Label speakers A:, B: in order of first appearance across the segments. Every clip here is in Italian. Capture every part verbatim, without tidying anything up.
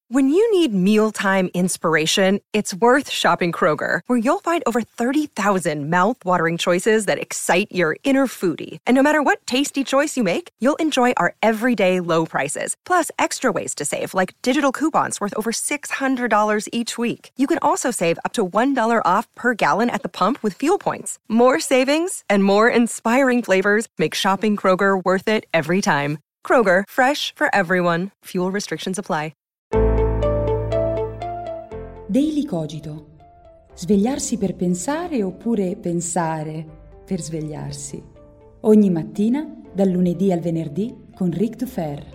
A: When you need mealtime inspiration, it's worth shopping Kroger, where you'll find over thirty thousand mouth-watering choices that excite your inner foodie. And no matter what tasty choice you make, you'll enjoy our everyday low prices, plus extra ways to save, like digital coupons worth over six hundred dollars each week. You can also save up to one dollar off per gallon at the pump with fuel points. More savings and more inspiring flavors make shopping Kroger worth it every time. Kroger, fresh for everyone. Fuel restrictions apply.
B: Daily Cogito. Svegliarsi per pensare oppure pensare per svegliarsi. Ogni mattina, dal lunedì al venerdì, con Ric Dufer.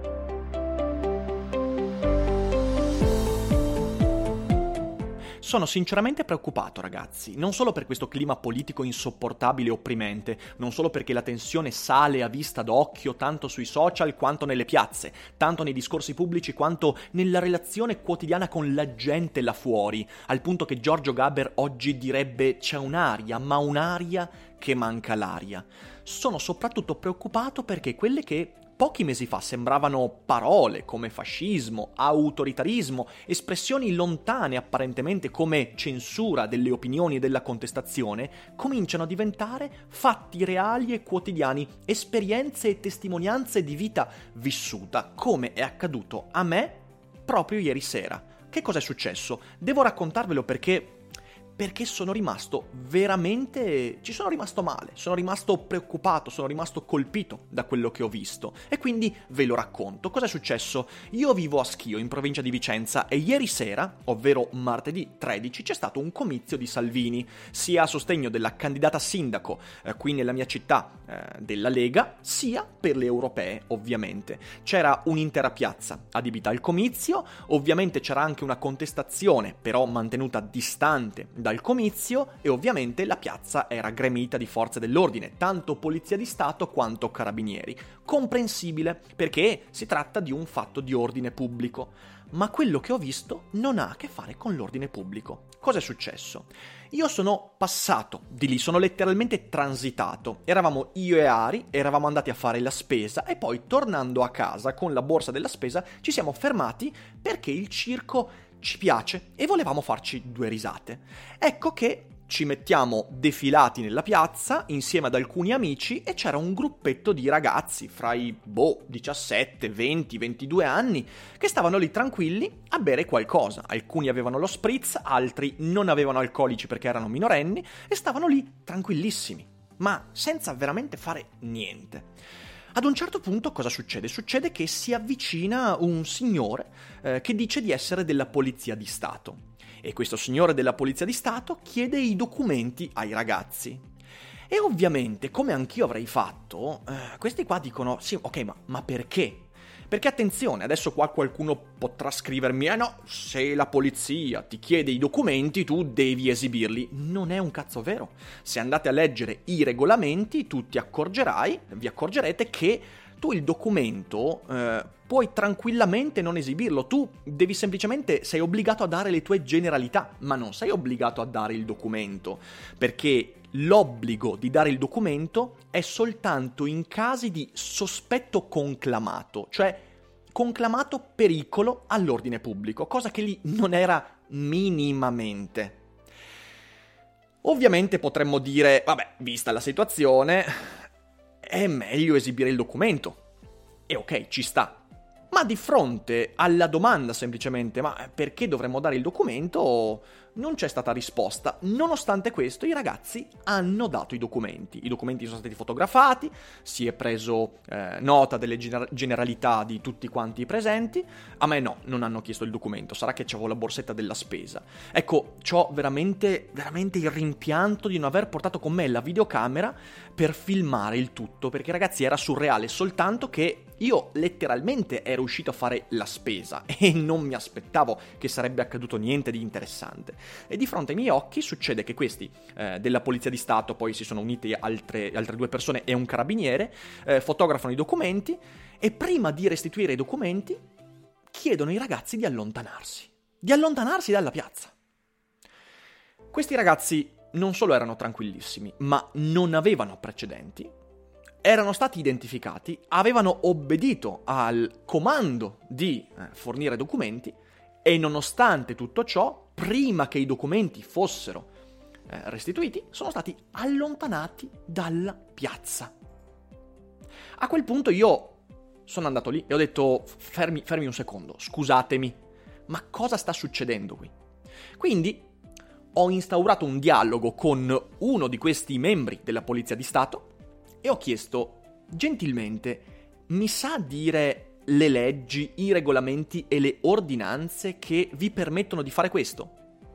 C: Sono sinceramente preoccupato, ragazzi, non solo per questo clima politico insopportabile e opprimente, non solo perché la tensione sale a vista d'occhio tanto sui social quanto nelle piazze, tanto nei discorsi pubblici quanto nella relazione quotidiana con la gente là fuori, al punto che Giorgio Gaber oggi direbbe c'è un'aria, ma un'aria che manca l'aria. Sono soprattutto preoccupato perché quelle che pochi mesi fa sembravano parole come fascismo, autoritarismo, espressioni lontane apparentemente come censura delle opinioni e della contestazione, cominciano a diventare fatti reali e quotidiani, esperienze e testimonianze di vita vissuta, come è accaduto a me proprio ieri sera. Che cosa è successo? Devo raccontarvelo perché... perché sono rimasto veramente... ci sono rimasto male, sono rimasto preoccupato, sono rimasto colpito da quello che ho visto e quindi ve lo racconto. Cosa è successo? Io vivo a Schio, in provincia di Vicenza, e ieri sera, ovvero martedì tredici, c'è stato un comizio di Salvini, sia a sostegno della candidata sindaco eh, qui nella mia città eh, della Lega, sia per le europee, ovviamente. C'era un'intera piazza adibita al comizio, ovviamente c'era anche una contestazione, però mantenuta distante da dal comizio, e ovviamente la piazza era gremita di forze dell'ordine, tanto polizia di Stato quanto carabinieri. Comprensibile, perché si tratta di un fatto di ordine pubblico. Ma quello che ho visto non ha a che fare con l'ordine pubblico. Cosa è successo? Io sono passato di lì, sono letteralmente transitato. Eravamo io e Ari, eravamo andati a fare la spesa e poi tornando a casa con la borsa della spesa ci siamo fermati perché il circo ci piace e volevamo farci due risate. Ecco che ci mettiamo defilati nella piazza insieme ad alcuni amici e c'era un gruppetto di ragazzi fra i, boh, diciassette, venti, ventidue anni che stavano lì tranquilli a bere qualcosa. Alcuni avevano lo spritz, altri non avevano alcolici perché erano minorenni e stavano lì tranquillissimi, ma senza veramente fare niente. Ad un certo punto cosa succede? Succede che si avvicina un signore eh, che dice di essere della Polizia di Stato. E questo signore della Polizia di Stato chiede i documenti ai ragazzi. E ovviamente, come anch'io avrei fatto, eh, questi qua dicono, sì, ok, ma, ma perché? Perché attenzione, adesso qua qualcuno potrà scrivermi, eh no, se la polizia ti chiede i documenti tu devi esibirli. Non è un cazzo vero. Se andate a leggere i regolamenti tu ti accorgerai, vi accorgerete che tu il documento eh, puoi tranquillamente non esibirlo. Tu devi semplicemente, sei obbligato a dare le tue generalità, ma non sei obbligato a dare il documento, perché l'obbligo di dare il documento è soltanto in casi di sospetto conclamato, cioè conclamato pericolo all'ordine pubblico, cosa che lì non era minimamente. Ovviamente potremmo dire, vabbè, vista la situazione, è meglio esibire il documento. E ok, ci sta. Ma di fronte alla domanda semplicemente, ma perché dovremmo dare il documento, non c'è stata risposta. Nonostante questo, i ragazzi hanno dato i documenti. I documenti sono stati fotografati, si è preso eh, nota delle gener- generalità di tutti quanti i presenti. A me no, non hanno chiesto il documento, sarà che c'avevo la borsetta della spesa. Ecco, c'ho veramente, veramente il rimpianto di non aver portato con me la videocamera per filmare il tutto, perché ragazzi era surreale, soltanto che io letteralmente ero uscito a fare la spesa e non mi aspettavo che sarebbe accaduto niente di interessante. E di fronte ai miei occhi succede che questi eh, della Polizia di Stato, poi si sono uniti altre, altre due persone e un carabiniere, eh, fotografano i documenti e prima di restituire i documenti chiedono ai ragazzi di allontanarsi, di allontanarsi dalla piazza. Questi ragazzi non solo erano tranquillissimi, ma non avevano precedenti. erano stati identificati, avevano obbedito al comando di eh, fornire documenti e nonostante tutto ciò, prima che i documenti fossero eh, restituiti, sono stati allontanati dalla piazza. A quel punto io sono andato lì e ho detto fermi, fermi un secondo, scusatemi, ma cosa sta succedendo qui? Quindi ho instaurato un dialogo con uno di questi membri della Polizia di Stato e ho chiesto, gentilmente, mi sa dire le leggi, i regolamenti e le ordinanze che vi permettono di fare questo?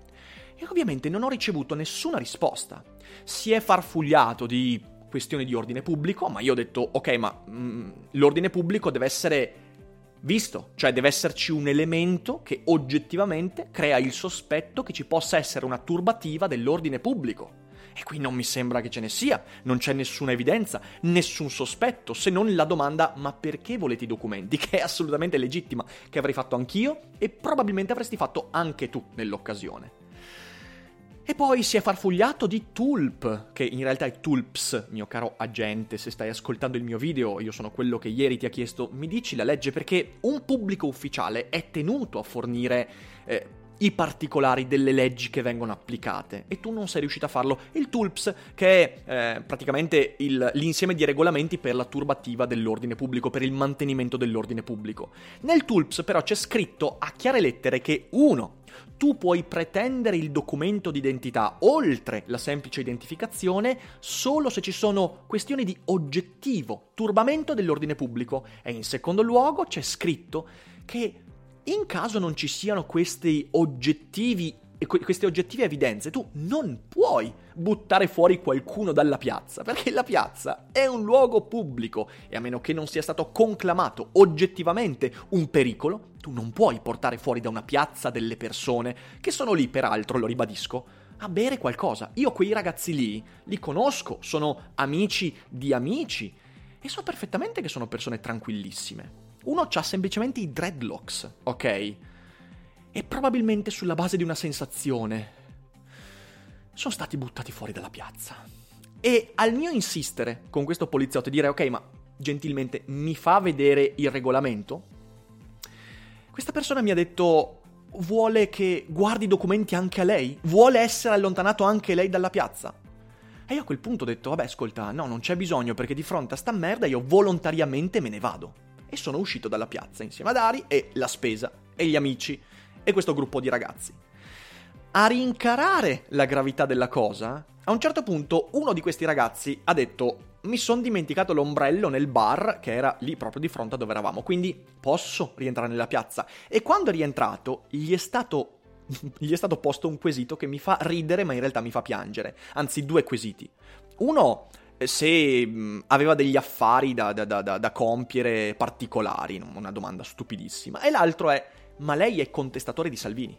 C: E ovviamente non ho ricevuto nessuna risposta. Si è farfugliato di questioni di ordine pubblico, ma io ho detto, ok, ma mm, l'ordine pubblico deve essere visto, cioè deve esserci un elemento che oggettivamente crea il sospetto che ci possa essere una turbativa dell'ordine pubblico. E qui non mi sembra che ce ne sia, non c'è nessuna evidenza, nessun sospetto, se non la domanda ma perché volete i documenti? Che è assolutamente legittima, che avrei fatto anch'io e probabilmente avresti fatto anche tu nell'occasione. E poi si è farfugliato di Tulp, che in realtà è Tulps, mio caro agente, se stai ascoltando il mio video, io sono quello che ieri ti ha chiesto, mi dici la legge, perché un pubblico ufficiale è tenuto a fornire eh, i particolari delle leggi che vengono applicate, e tu non sei riuscito a farlo. Il Tulps, che è eh, praticamente il, l'insieme di regolamenti per la turbativa dell'ordine pubblico, per il mantenimento dell'ordine pubblico. Nel Tulps però c'è scritto a chiare lettere che uno, tu puoi pretendere il documento d'identità oltre la semplice identificazione solo se ci sono questioni di oggettivo turbamento dell'ordine pubblico, e in secondo luogo c'è scritto che in caso non ci siano questi oggettivi queste oggettive evidenze, tu non puoi buttare fuori qualcuno dalla piazza, perché la piazza è un luogo pubblico e a meno che non sia stato conclamato oggettivamente un pericolo, tu non puoi portare fuori da una piazza delle persone che sono lì, peraltro, lo ribadisco, a bere qualcosa. Io quei ragazzi lì li conosco, sono amici di amici e so perfettamente che sono persone tranquillissime. Uno c'ha semplicemente i dreadlocks, ok? E probabilmente sulla base di una sensazione sono stati buttati fuori dalla piazza. E al mio insistere con questo poliziotto e dire ok, ma gentilmente mi fa vedere il regolamento, questa persona mi ha detto vuole che guardi i documenti anche a lei? Vuole essere allontanato anche lei dalla piazza? E io a quel punto ho detto vabbè ascolta, no, non c'è bisogno, perché di fronte a sta merda io volontariamente me ne vado. E sono uscito dalla piazza insieme ad Ari e la spesa e gli amici e questo gruppo di ragazzi. A rincarare la gravità della cosa, a un certo punto uno di questi ragazzi ha detto mi son dimenticato l'ombrello nel bar che era lì proprio di fronte a dove eravamo, quindi posso rientrare nella piazza? E quando è rientrato gli è stato gli è stato posto un quesito che mi fa ridere ma in realtà mi fa piangere, anzi due quesiti. Uno, se mh, aveva degli affari da, da, da, da compiere particolari, una domanda stupidissima, e l'altro è ma lei è contestatore di Salvini?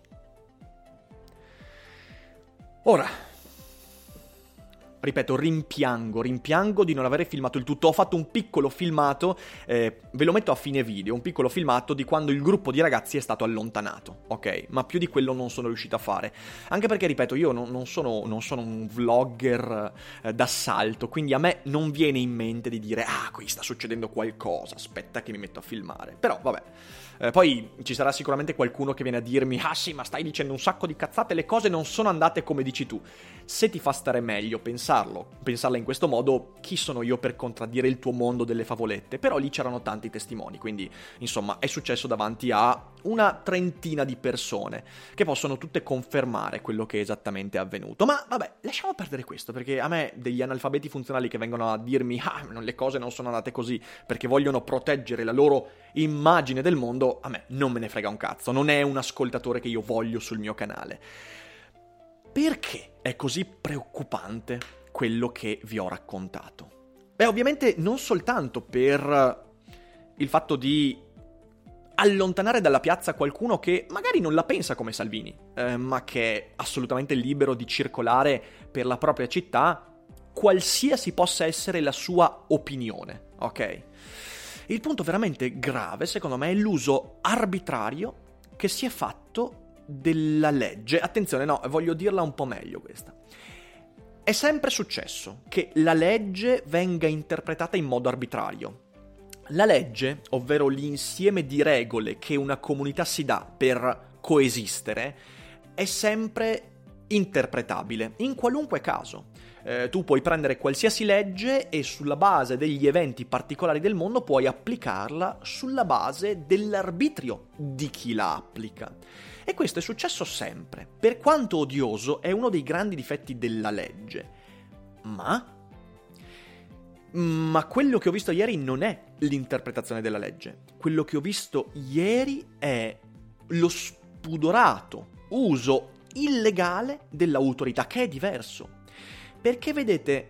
C: Ora, ripeto, rimpiango, rimpiango di non avere filmato il tutto. Ho fatto un piccolo filmato, eh, ve lo metto a fine video, un piccolo filmato di quando il gruppo di ragazzi è stato allontanato, ok? Ma più di quello non sono riuscito a fare. Anche perché, ripeto, io non, non, sono, non sono un vlogger eh, d'assalto, quindi a me non viene in mente di dire ah, qui sta succedendo qualcosa, aspetta che mi metto a filmare. Però, vabbè. Eh, poi ci sarà sicuramente qualcuno che viene a dirmi ah sì, ma stai dicendo un sacco di cazzate, le cose non sono andate come dici tu. Se ti fa stare meglio pensarlo, pensarla in questo modo, chi sono io per contraddire il tuo mondo delle favolette? Però lì c'erano tanti testimoni, quindi insomma è successo davanti a una trentina di persone che possono tutte confermare quello che è esattamente avvenuto. Ma vabbè, lasciamo perdere questo, perché a me degli analfabeti funzionali che vengono a dirmi ah, le cose non sono andate così perché vogliono proteggere la loro immagine del mondo, a me non me ne frega un cazzo, non è un ascoltatore che io voglio sul mio canale. Perché è così preoccupante quello che vi ho raccontato? Beh, ovviamente non soltanto per il fatto di allontanare dalla piazza qualcuno che magari non la pensa come Salvini, eh, ma che è assolutamente libero di circolare per la propria città, qualsiasi possa essere la sua opinione, ok? Il punto veramente grave, secondo me, è l'uso arbitrario che si è fatto della legge. Attenzione, no, voglio dirla un po' meglio questa. è sempre successo che la legge venga interpretata in modo arbitrario. La legge, ovvero l'insieme di regole che una comunità si dà per coesistere, è sempre interpretabile, in qualunque caso. Eh, tu puoi prendere qualsiasi legge e sulla base degli eventi particolari del mondo puoi applicarla sulla base dell'arbitrio di chi la applica. E questo è successo sempre. Per quanto odioso, è uno dei grandi difetti della legge. Ma... Ma quello che ho visto ieri non è l'interpretazione della legge. Quello che ho visto ieri è lo spudorato uso illegale dell'autorità, che è diverso. Perché vedete,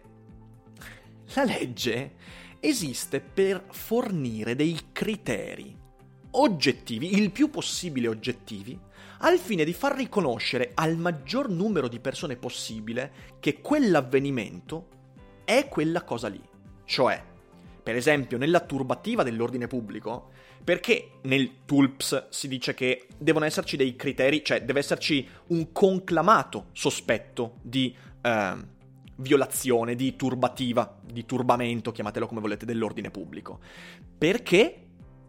C: la legge esiste per fornire dei criteri oggettivi, il più possibile oggettivi, al fine di far riconoscere al maggior numero di persone possibile che quell'avvenimento è quella cosa lì. Cioè, per esempio, nella turbativa dell'ordine pubblico, perché nel T U L P S si dice che devono esserci dei criteri, cioè deve esserci un conclamato sospetto di eh, violazione, di turbativa, di turbamento, chiamatelo come volete, dell'ordine pubblico? Perché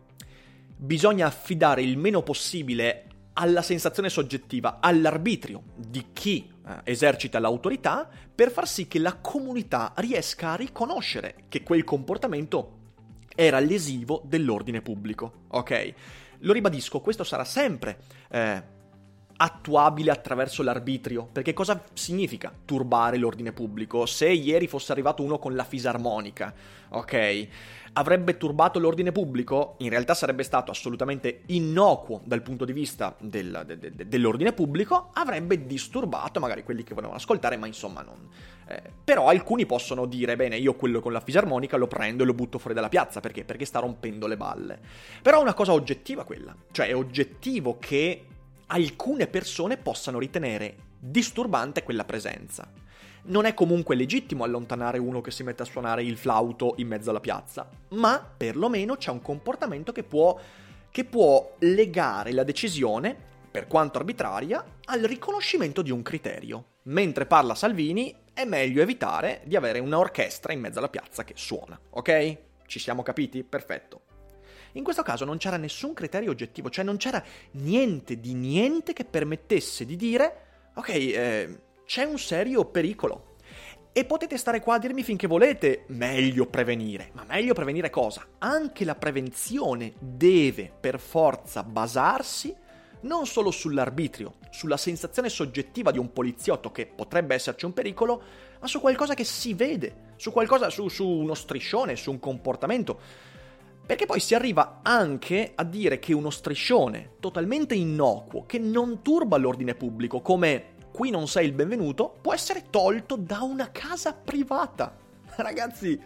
C: bisogna affidare il meno possibile alla sensazione soggettiva, all'arbitrio di chi eh, esercita l'autorità, per far sì che la comunità riesca a riconoscere che quel comportamento era lesivo dell'ordine pubblico, ok? Lo ribadisco, questo sarà sempre eh, attuabile attraverso l'arbitrio, perché cosa significa turbare l'ordine pubblico? Se ieri fosse arrivato uno con la fisarmonica, ok, avrebbe turbato l'ordine pubblico? In realtà sarebbe stato assolutamente innocuo dal punto di vista del, de, de, dell'ordine pubblico, avrebbe disturbato magari quelli che volevano ascoltare, ma insomma non... Eh, però alcuni possono dire, bene, io quello con la fisarmonica lo prendo e lo butto fuori dalla piazza, perché? Perché sta rompendo le balle. Però è una cosa oggettiva quella, cioè è oggettivo che alcune persone possano ritenere disturbante quella presenza. Non è comunque legittimo allontanare uno che si mette a suonare il flauto in mezzo alla piazza, ma perlomeno c'è un comportamento che può, che può legare la decisione, per quanto arbitraria, al riconoscimento di un criterio. Mentre parla Salvini, è meglio evitare di avere un'orchestra in mezzo alla piazza che suona, ok? Ci siamo capiti? Perfetto. In questo caso non c'era nessun criterio oggettivo, cioè non c'era niente di niente che permettesse di dire, ok, eh, c'è un serio pericolo. E potete stare qua a dirmi finché volete, meglio prevenire. Ma meglio prevenire cosa? Anche la prevenzione deve per forza basarsi non solo sull'arbitrio, sulla sensazione soggettiva di un poliziotto che potrebbe esserci un pericolo, ma su qualcosa che si vede, su qualcosa, su, su uno striscione, su un comportamento. Perché poi si arriva anche a dire che uno striscione totalmente innocuo, che non turba l'ordine pubblico, come qui non sei il benvenuto, può essere tolto da una casa privata. Ragazzi,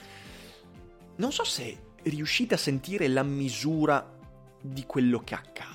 C: non so se riuscite a sentire la misura di quello che accade.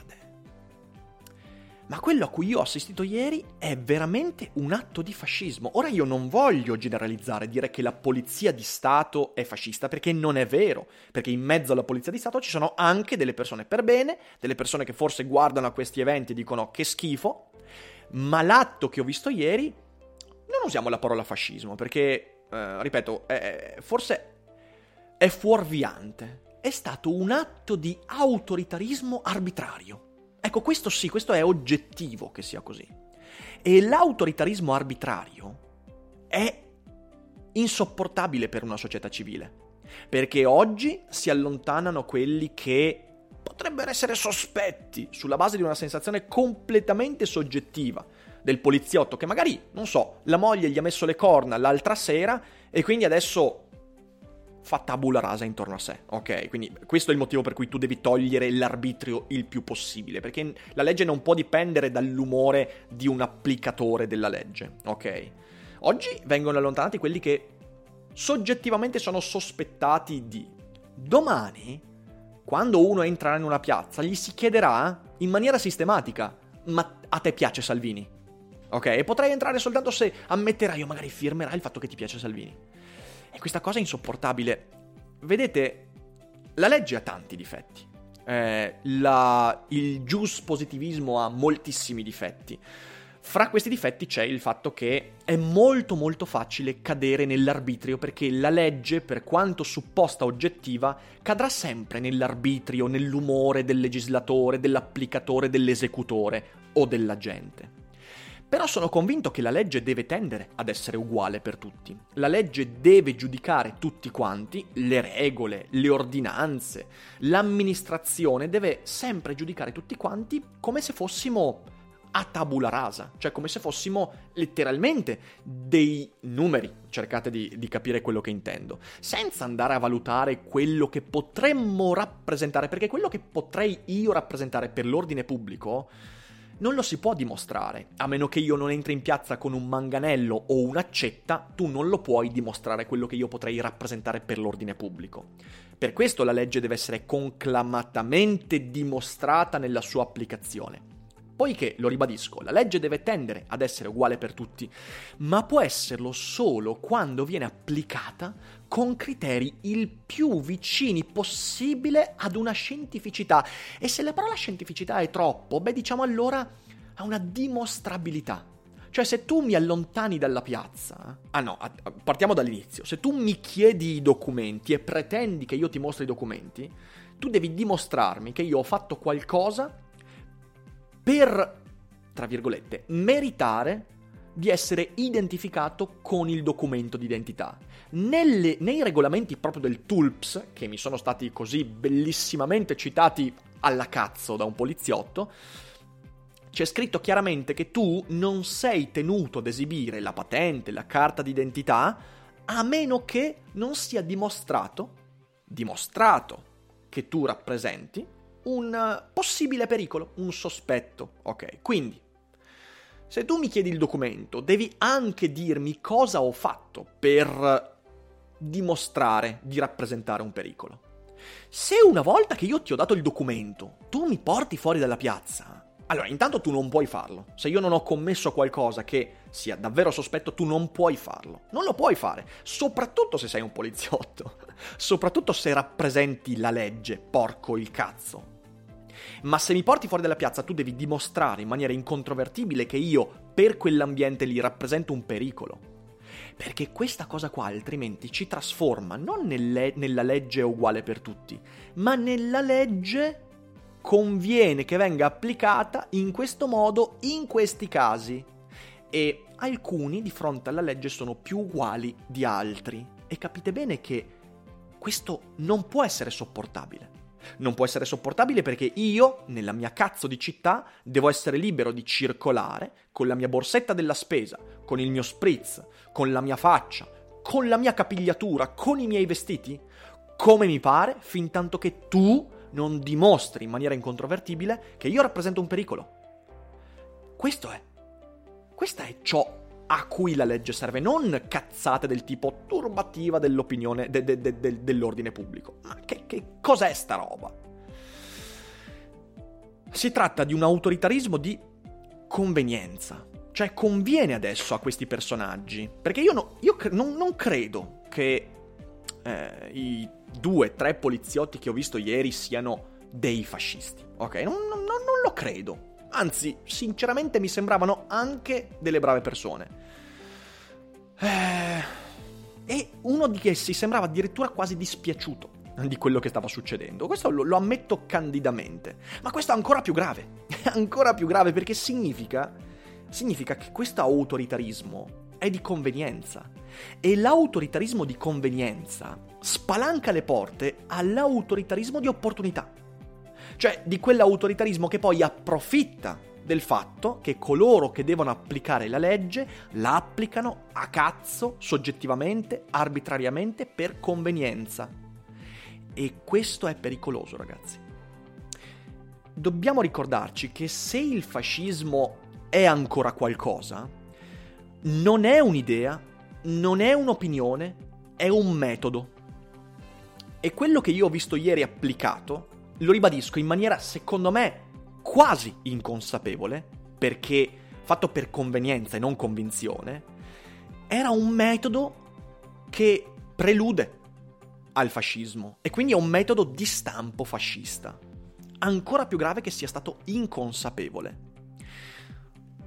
C: Ma quello a cui io ho assistito ieri è veramente un atto di fascismo. Ora io non voglio generalizzare, dire che la polizia di Stato è fascista, perché non è vero. Perché in mezzo alla polizia di Stato ci sono anche delle persone per bene, delle persone che forse guardano a questi eventi e dicono che schifo. Ma l'atto che ho visto ieri, non usiamo la parola fascismo, perché, eh, ripeto, è, forse è fuorviante. È stato un atto di autoritarismo arbitrario. Ecco, questo sì, questo è oggettivo che sia così. E l'autoritarismo arbitrario è insopportabile per una società civile, perché oggi si allontanano quelli che potrebbero essere sospetti sulla base di una sensazione completamente soggettiva del poliziotto che magari, non so, la moglie gli ha messo le corna l'altra sera e quindi adesso fa tabula rasa intorno a sé, ok? Quindi questo è il motivo per cui tu devi togliere l'arbitrio il più possibile, perché la legge non può dipendere dall'umore di un applicatore della legge, ok? Oggi vengono allontanati quelli che soggettivamente sono sospettati di. Domani, quando uno entrerà in una piazza, gli si chiederà in maniera sistematica: ma a te piace Salvini? Ok? E potrai entrare soltanto se ammetterai o magari firmerai il fatto che ti piace Salvini. E questa cosa è insopportabile. Vedete, la legge ha tanti difetti. Eh, la, il giuspositivismo ha moltissimi difetti. Fra questi difetti c'è il fatto che è molto molto facile cadere nell'arbitrio, perché la legge, per quanto supposta oggettiva, cadrà sempre nell'arbitrio, nell'umore del legislatore, dell'applicatore, dell'esecutore o dell'agente. Però sono convinto che la legge deve tendere ad essere uguale per tutti. La legge deve giudicare tutti quanti, le regole, le ordinanze, l'amministrazione deve sempre giudicare tutti quanti come se fossimo a tabula rasa, cioè come se fossimo letteralmente dei numeri, cercate di, di capire quello che intendo, senza andare a valutare quello che potremmo rappresentare, perché quello che potrei io rappresentare per l'ordine pubblico non lo si può dimostrare, a meno che io non entri in piazza con un manganello o un'accetta, tu non lo puoi dimostrare quello che io potrei rappresentare per l'ordine pubblico. Per questo la legge deve essere conclamatamente dimostrata nella sua applicazione. Poiché, lo ribadisco, la legge deve tendere ad essere uguale per tutti, ma può esserlo solo quando viene applicata con criteri il più vicini possibile ad una scientificità. E se la parola scientificità è troppo, beh, diciamo allora a una dimostrabilità. Cioè, se tu mi allontani dalla piazza... Ah no, partiamo dall'inizio. Se tu mi chiedi i documenti e pretendi che io ti mostri i documenti, tu devi dimostrarmi che io ho fatto qualcosa per, tra virgolette, meritare di essere identificato con il documento d'identità. Nelle, nei regolamenti proprio del T U L P S, che mi sono stati così bellissimamente citati alla cazzo da un poliziotto, c'è scritto chiaramente che tu non sei tenuto ad esibire la patente, la carta d'identità, a meno che non sia dimostrato, dimostrato che tu rappresenti un possibile pericolo, un sospetto. Ok, quindi, se tu mi chiedi il documento, devi anche dirmi cosa ho fatto per dimostrare di rappresentare un pericolo. Se una volta che io ti ho dato il documento, tu mi porti fuori dalla piazza, allora intanto tu non puoi farlo. Se io non ho commesso qualcosa che sia davvero sospetto, tu non puoi farlo. Non lo puoi fare, soprattutto se sei un poliziotto, soprattutto se rappresenti la legge, porco il cazzo. Ma se mi porti fuori dalla piazza, tu devi dimostrare in maniera incontrovertibile che io, per quell'ambiente lì, rappresento un pericolo. Perché questa cosa qua altrimenti ci trasforma non nelle, nella legge uguale per tutti, ma nella legge conviene che venga applicata in questo modo, in questi casi. E alcuni di fronte alla legge sono più uguali di altri. E capite bene che questo non può essere sopportabile. Non può essere sopportabile perché io, nella mia cazzo di città, devo essere libero di circolare con la mia borsetta della spesa, con il mio spritz, con la mia faccia, con la mia capigliatura, con i miei vestiti, come mi pare, fin tanto che tu non dimostri in maniera incontrovertibile che io rappresento un pericolo. Questo è. Questa è ciò a cui la legge serve, non cazzate del tipo turbativa dell'opinione de, de, de, de, dell'ordine pubblico. Ma che, che cos'è sta roba? Si tratta di un autoritarismo di convenienza. Cioè, conviene adesso a questi personaggi. Perché io, no, io cre- non, non credo che eh, i due, tre poliziotti che ho visto ieri siano dei fascisti. Ok? Non, non, non lo credo. Anzi, sinceramente mi sembravano anche delle brave persone. Eh... E uno di essi sembrava addirittura quasi dispiaciuto di quello che stava succedendo. Questo lo, lo ammetto candidamente. Ma questo è ancora più grave. È ancora più grave perché significa... Significa che questo autoritarismo è di convenienza. E l'autoritarismo di convenienza spalanca le porte all'autoritarismo di opportunità. Cioè di quell'autoritarismo che poi approfitta del fatto che coloro che devono applicare la legge la applicano a cazzo, soggettivamente, arbitrariamente, per convenienza. E questo è pericoloso, ragazzi. Dobbiamo ricordarci che se il fascismo è ancora qualcosa, non è un'idea, non è un'opinione, è un metodo. E quello che io ho visto ieri applicato, lo ribadisco in maniera, secondo me, quasi inconsapevole, perché fatto per convenienza e non convinzione, era un metodo che prelude al fascismo e quindi è un metodo di stampo fascista. Ancora più grave che sia stato inconsapevole.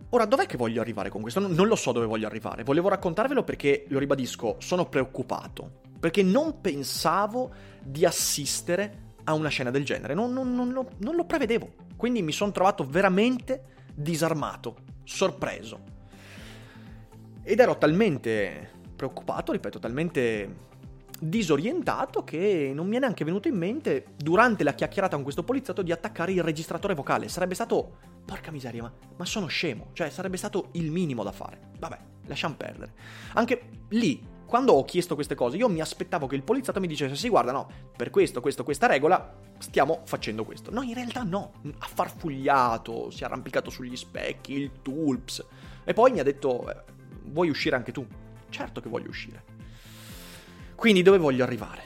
C: Ora, dov'è che voglio arrivare con questo? Non, non lo so dove voglio arrivare. Volevo raccontarvelo perché, lo ribadisco, sono preoccupato. Perché non pensavo di assistere a una scena del genere. Non, non, non, lo, non lo prevedevo. Quindi mi sono trovato veramente disarmato, sorpreso. Ed ero talmente preoccupato, ripeto, talmente disorientato che non mi è neanche venuto in mente, durante la chiacchierata con questo poliziotto, di attaccare il registratore vocale. Sarebbe stato, porca miseria, ma, ma sono scemo, cioè sarebbe stato il minimo da fare. Vabbè, lasciamo perdere. Anche lì, quando ho chiesto queste cose, io mi aspettavo che il poliziotto mi dicesse: sì, guarda, no, per questo, questo, questa regola stiamo facendo questo. No, in realtà no, ha farfugliato, si è arrampicato sugli specchi, il tulps, e poi mi ha detto: eh, vuoi uscire anche tu? Certo che voglio uscire. Quindi dove voglio arrivare?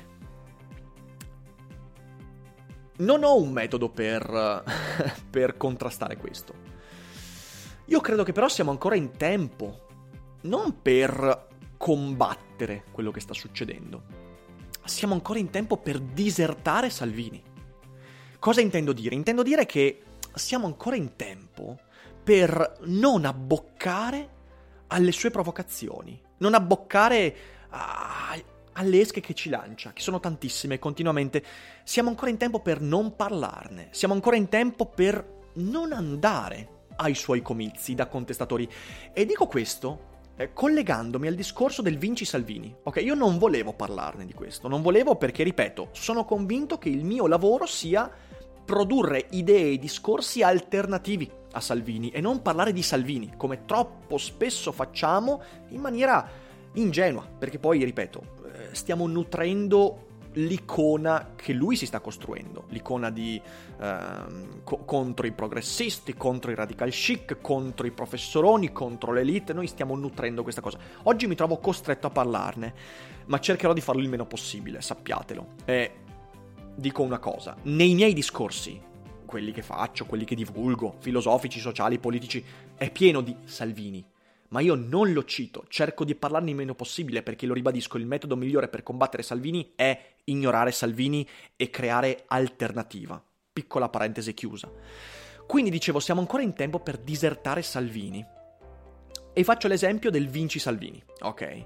C: Non ho un metodo per, per contrastare questo. Io credo che però siamo ancora in tempo, non per combattere quello che sta succedendo. Siamo ancora in tempo per disertare Salvini. Cosa intendo dire? Intendo dire che siamo ancora in tempo per non abboccare alle sue provocazioni, non abboccare a... alle esche che ci lancia, che sono tantissime continuamente. Siamo ancora in tempo per non parlarne, siamo ancora in tempo per non andare ai suoi comizi da contestatori. E dico questo eh, collegandomi al discorso del Vinci Salvini. Ok, io non volevo parlarne di questo, non volevo perché, ripeto, sono convinto che il mio lavoro sia produrre idee e discorsi alternativi a Salvini e non parlare di Salvini, come troppo spesso facciamo in maniera ingenua, perché poi, ripeto, stiamo nutrendo l'icona che lui si sta costruendo, l'icona di ehm, co- contro i progressisti, contro i radical chic, contro i professoroni, contro l'elite. Noi stiamo nutrendo questa cosa. Oggi mi trovo costretto a parlarne, ma cercherò di farlo il meno possibile, sappiatelo. E dico una cosa: nei miei discorsi, quelli che faccio, quelli che divulgo, filosofici, sociali, politici, è pieno di Salvini. Ma io non lo cito, cerco di parlarne il meno possibile perché, lo ribadisco, il metodo migliore per combattere Salvini è ignorare Salvini e creare alternativa. Piccola parentesi chiusa. Quindi dicevo, siamo ancora in tempo per disertare Salvini. E faccio l'esempio del Vinci Salvini, ok? Eh,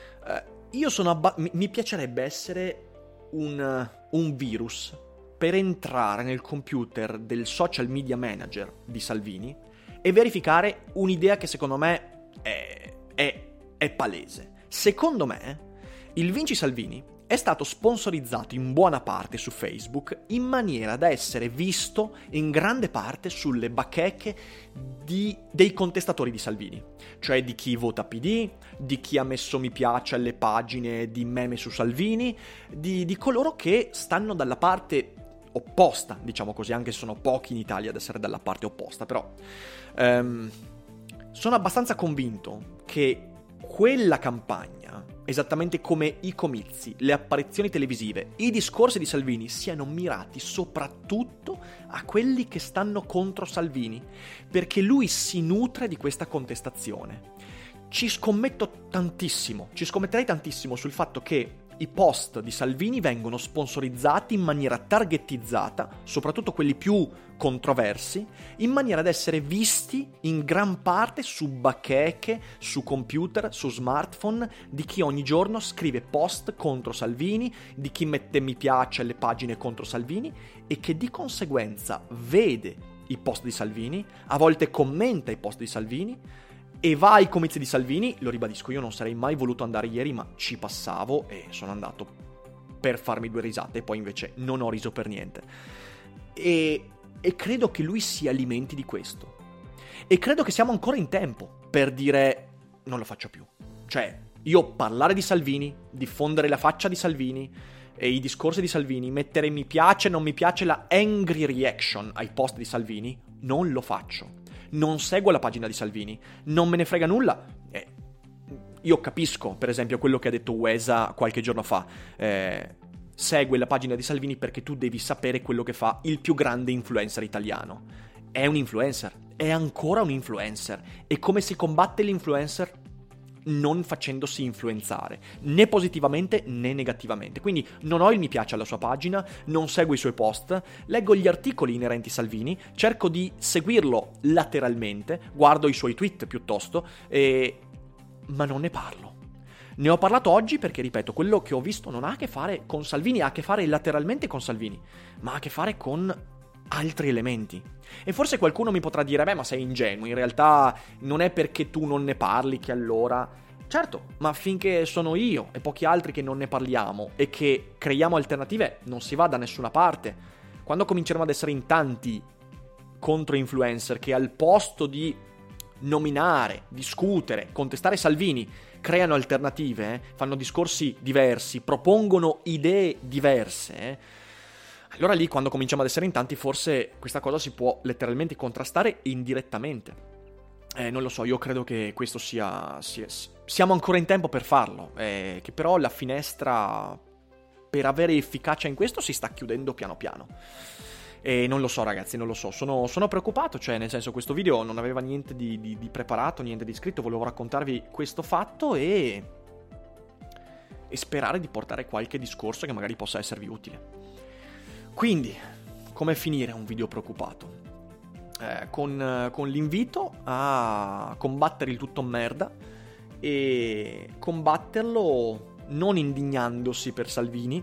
C: io sono abba- mi, mi piacerebbe essere un, un virus per entrare nel computer del social media manager di Salvini e verificare un'idea che secondo me È, è, è palese. Secondo me, il Vinci Salvini è stato sponsorizzato in buona parte su Facebook in maniera da essere visto in grande parte sulle bacheche di, dei contestatori di Salvini, cioè di chi vota P D, di chi ha messo mi piace alle pagine di meme su Salvini, di, di coloro che stanno dalla parte opposta, diciamo così, anche se sono pochi in Italia ad essere dalla parte opposta, però... Um, sono abbastanza convinto che quella campagna, esattamente come i comizi, le apparizioni televisive, i discorsi di Salvini, siano mirati soprattutto a quelli che stanno contro Salvini, perché lui si nutre di questa contestazione. Ci scommetto tantissimo, ci scommetterei tantissimo sul fatto che i post di Salvini vengono sponsorizzati in maniera targetizzata, soprattutto quelli più controversi, in maniera da essere visti in gran parte su bacheche, su computer, su smartphone, di chi ogni giorno scrive post contro Salvini, di chi mette mi piace alle pagine contro Salvini e che di conseguenza vede i post di Salvini, a volte commenta i post di Salvini, e va ai comizi di Salvini. Lo ribadisco, io non sarei mai voluto andare ieri, ma ci passavo e sono andato per farmi due risate, e poi invece non ho riso per niente. E, e credo che lui si alimenti di questo. E credo che siamo ancora in tempo per dire non lo faccio più. Cioè, io parlare di Salvini, diffondere la faccia di Salvini e i discorsi di Salvini, mettere mi piace, non mi piace, la angry reaction ai post di Salvini, non lo faccio. Non seguo la pagina di Salvini, non me ne frega nulla. Eh, io capisco, per esempio, quello che ha detto Wesa qualche giorno fa. Eh, segue la pagina di Salvini perché tu devi sapere quello che fa il più grande influencer italiano. È un influencer, è ancora un influencer. E come si combatte l'influencer? non facendosi influenzare, né positivamente né negativamente. Quindi non ho il mi piace alla sua pagina, non seguo i suoi post, leggo gli articoli inerenti Salvini, cerco di seguirlo lateralmente, guardo i suoi tweet piuttosto, e... ma non ne parlo. Ne ho parlato oggi perché, ripeto, quello che ho visto non ha a che fare con Salvini, ha a che fare lateralmente con Salvini, ma ha a che fare con altri elementi. E forse qualcuno mi potrà dire, beh, ma sei ingenuo, in realtà non è perché tu non ne parli che allora... Certo, ma finché sono io e pochi altri che non ne parliamo e che creiamo alternative, non si va da nessuna parte. Quando cominceremo ad essere in tanti contro influencer che al posto di nominare, discutere, contestare Salvini, creano alternative, eh, fanno discorsi diversi, propongono idee diverse, eh, allora lì, quando cominciamo ad essere in tanti, forse questa cosa si può letteralmente contrastare indirettamente. Eh, non lo so, io credo che questo sia... sia siamo ancora in tempo per farlo, eh, che però la finestra per avere efficacia in questo si sta chiudendo piano piano. E non lo so, ragazzi, non lo so, sono, sono preoccupato, cioè nel senso, questo video non aveva niente di, di, di preparato, niente di scritto, volevo raccontarvi questo fatto e... e sperare di portare qualche discorso che magari possa esservi utile. Quindi, come finire un video preoccupato? Eh, con, con l'invito a combattere il tutto merda e combatterlo non indignandosi per Salvini,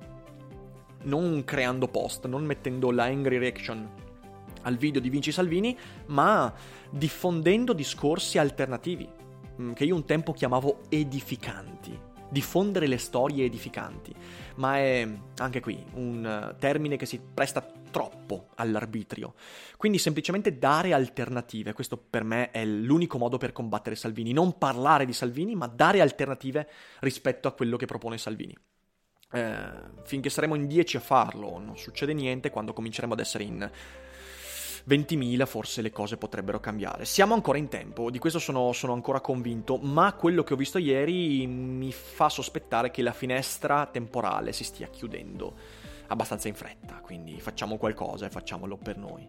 C: non creando post, non mettendo la angry reaction al video di Vinci Salvini, ma diffondendo discorsi alternativi, che io un tempo chiamavo edificanti. Diffondere le storie edificanti, ma è anche qui un termine che si presta troppo all'arbitrio. Quindi semplicemente dare alternative, questo per me è l'unico modo per combattere Salvini, non parlare di Salvini, ma dare alternative rispetto a quello che propone Salvini. Eh, finché saremo in dieci a farlo non succede niente, quando cominceremo ad essere in ventimila forse le cose potrebbero cambiare. Siamo ancora in tempo, di questo sono, sono ancora convinto, ma quello che ho visto ieri mi fa sospettare che la finestra temporale si stia chiudendo abbastanza in fretta, quindi facciamo qualcosa e facciamolo per noi.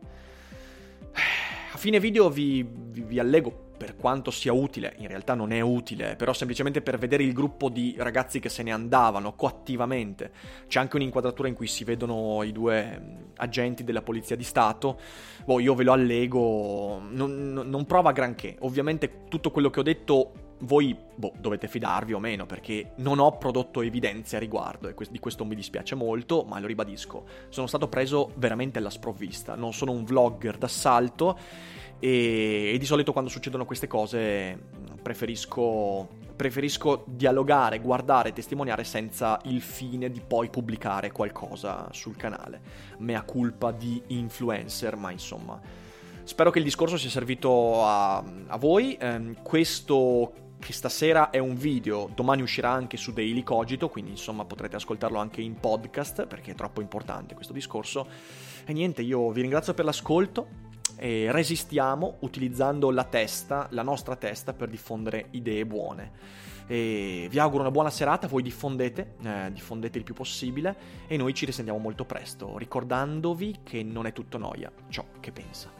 C: A fine video vi, vi, vi allego, per quanto sia utile, in realtà non è utile, però semplicemente per vedere il gruppo di ragazzi che se ne andavano coattivamente. C'è anche un'inquadratura in cui si vedono i due agenti della Polizia di Stato. Boh, io ve lo allego, non, non prova granché. Ovviamente tutto quello che ho detto voi boh, dovete fidarvi o meno, perché non ho prodotto evidenze a riguardo e di questo mi dispiace molto, ma lo ribadisco, sono stato preso veramente alla sprovvista, non sono un vlogger d'assalto e, e di solito quando succedono queste cose preferisco, preferisco dialogare, guardare, testimoniare senza il fine di poi pubblicare qualcosa sul canale, mea culpa di influencer, ma insomma spero che il discorso sia servito a, a voi. Eh, questo che stasera è un video, domani uscirà anche su Daily Cogito, quindi insomma potrete ascoltarlo anche in podcast perché è troppo importante questo discorso. E niente, io vi ringrazio per l'ascolto e resistiamo utilizzando la testa, la nostra testa, per diffondere idee buone. E vi auguro una buona serata, voi diffondete, eh, diffondete il più possibile e noi ci risentiamo molto presto, ricordandovi che non è tutto noia ciò che pensa.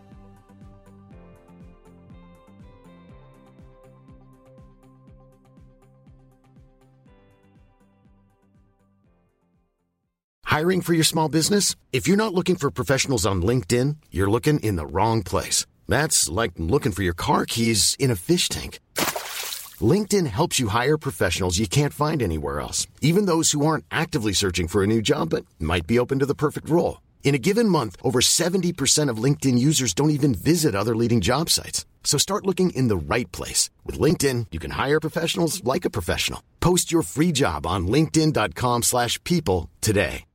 D: Hiring for your small business? If you're not looking for professionals on LinkedIn, you're looking in the wrong place. That's like looking for your car keys in a fish tank. LinkedIn helps you hire professionals you can't find anywhere else, even those who aren't actively searching for a new job but might be open to the perfect role. In a given month, over seventy percent of LinkedIn users don't even visit other leading job sites. So start looking in the right place. With LinkedIn, you can hire professionals like a professional. Post your free job on linkedin dot com slash people today.